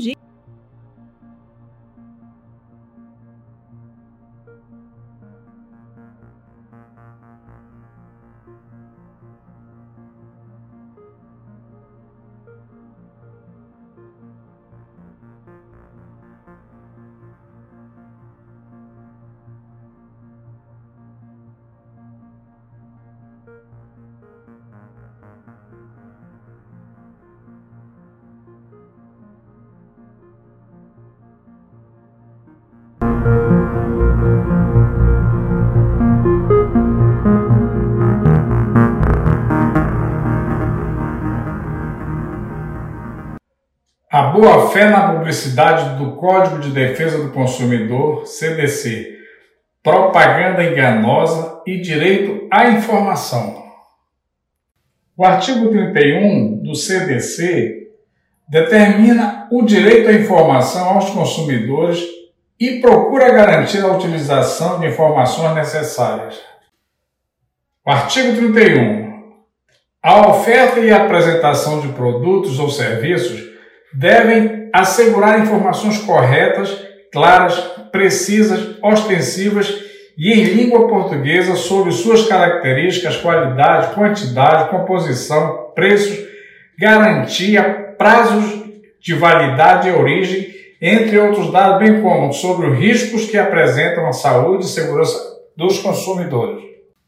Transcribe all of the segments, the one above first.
dia. A boa-fé na publicidade do Código de Defesa do Consumidor, CDC, propaganda enganosa e direito à informação. O artigo 31 do CDC determina o direito à informação aos consumidores e procura garantir a utilização de informações necessárias. O artigo 31. A oferta e a apresentação de produtos ou serviços devem assegurar informações corretas, claras, precisas, ostensivas e em língua portuguesa sobre suas características, qualidade, quantidade, composição, preços, garantia, prazos de validade e origem, entre outros dados, bem como sobre os riscos que apresentam à saúde e segurança dos consumidores.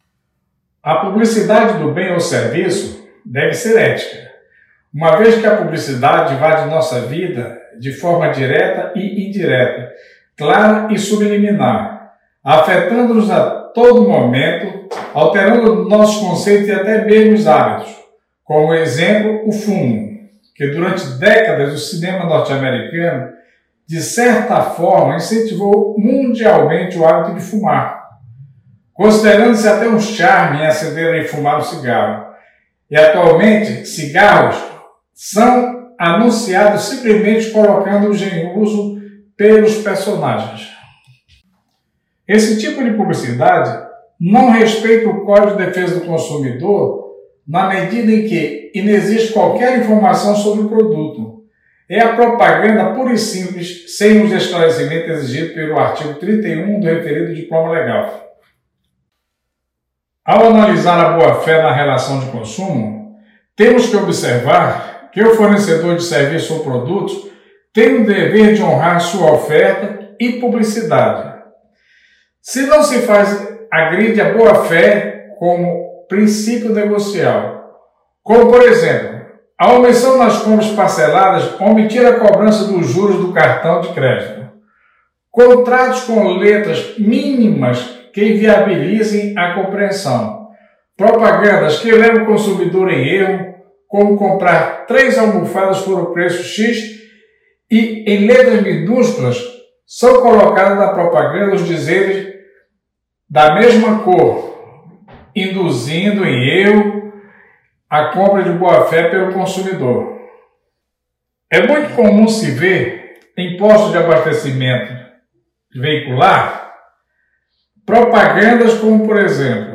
A publicidade do bem ou serviço deve ser ética, uma vez que a publicidade invade nossa vida de forma direta e indireta, clara e subliminar, afetando-nos a todo momento, alterando nossos conceitos e até mesmo os hábitos. Como exemplo, o fumo, que durante décadas o cinema norte-americano, de certa forma, incentivou mundialmente o hábito de fumar, considerando-se até um charme em acender e fumar um cigarro. E atualmente, cigarros são anunciados simplesmente colocando-os em uso pelos personagens. Esse tipo de publicidade não respeita o Código de Defesa do Consumidor na medida em que inexiste qualquer informação sobre o produto. É a propaganda pura e simples, sem os esclarecimentos exigidos pelo artigo 31 do referido diploma legal. Ao analisar a boa-fé na relação de consumo, temos que observar que o fornecedor de serviço ou produtos tem o dever de honrar sua oferta e publicidade. Se não se faz, agride a boa-fé como princípio negocial, como, por exemplo, a omissão nas compras parceladas, omitir a cobrança dos juros do cartão de crédito, contratos com letras mínimas que inviabilizem a compreensão, propagandas que levam o consumidor em erro, como comprar 3 almofadas por o preço X e em letras minúsculas são colocadas na propaganda os dizeres da mesma cor, induzindo em erro a compra de boa-fé pelo consumidor. É muito comum se ver em postos de abastecimento veicular propagandas como, por exemplo,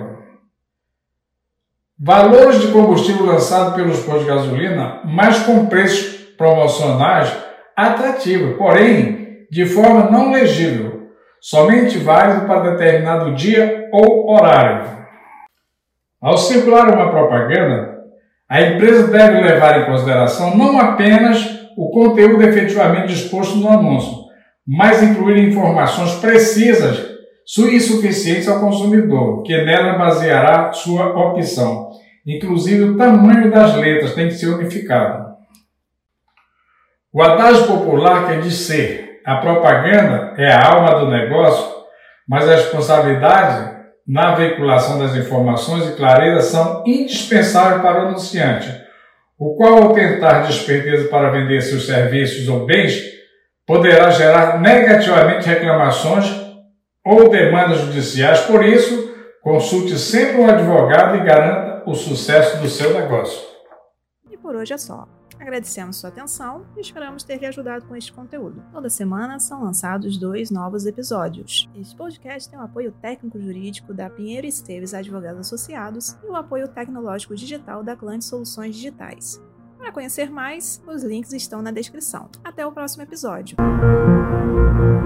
valores de combustível lançados pelos postos de gasolina, mas com preços promocionais atrativos, porém de forma não legível, somente válido para determinado dia ou horário. Ao circular uma propaganda, a empresa deve levar em consideração não apenas o conteúdo efetivamente disposto no anúncio, mas incluir informações precisas e suficientes ao consumidor, que nela baseará sua opção. Inclusive, o tamanho das letras tem que ser unificado. O adágio popular quer dizer: a propaganda é a alma do negócio, mas a responsabilidade na veiculação das informações e clareza são indispensáveis para o anunciante, o qual, ao tentar de esperteza para vender seus serviços ou bens, poderá gerar negativamente reclamações ou demandas judiciais. Por isso, consulte sempre um advogado e garanta o sucesso do seu negócio. E por hoje é só. Agradecemos sua atenção e esperamos ter lhe ajudado com este conteúdo. Toda semana são lançados 2 novos episódios. Este podcast tem o apoio técnico-jurídico da Pinheiro Esteves Advogados Associados e o apoio tecnológico digital da Clã de Soluções Digitais. Para Para conhecer mais, os links estão na descrição. Até o próximo episódio.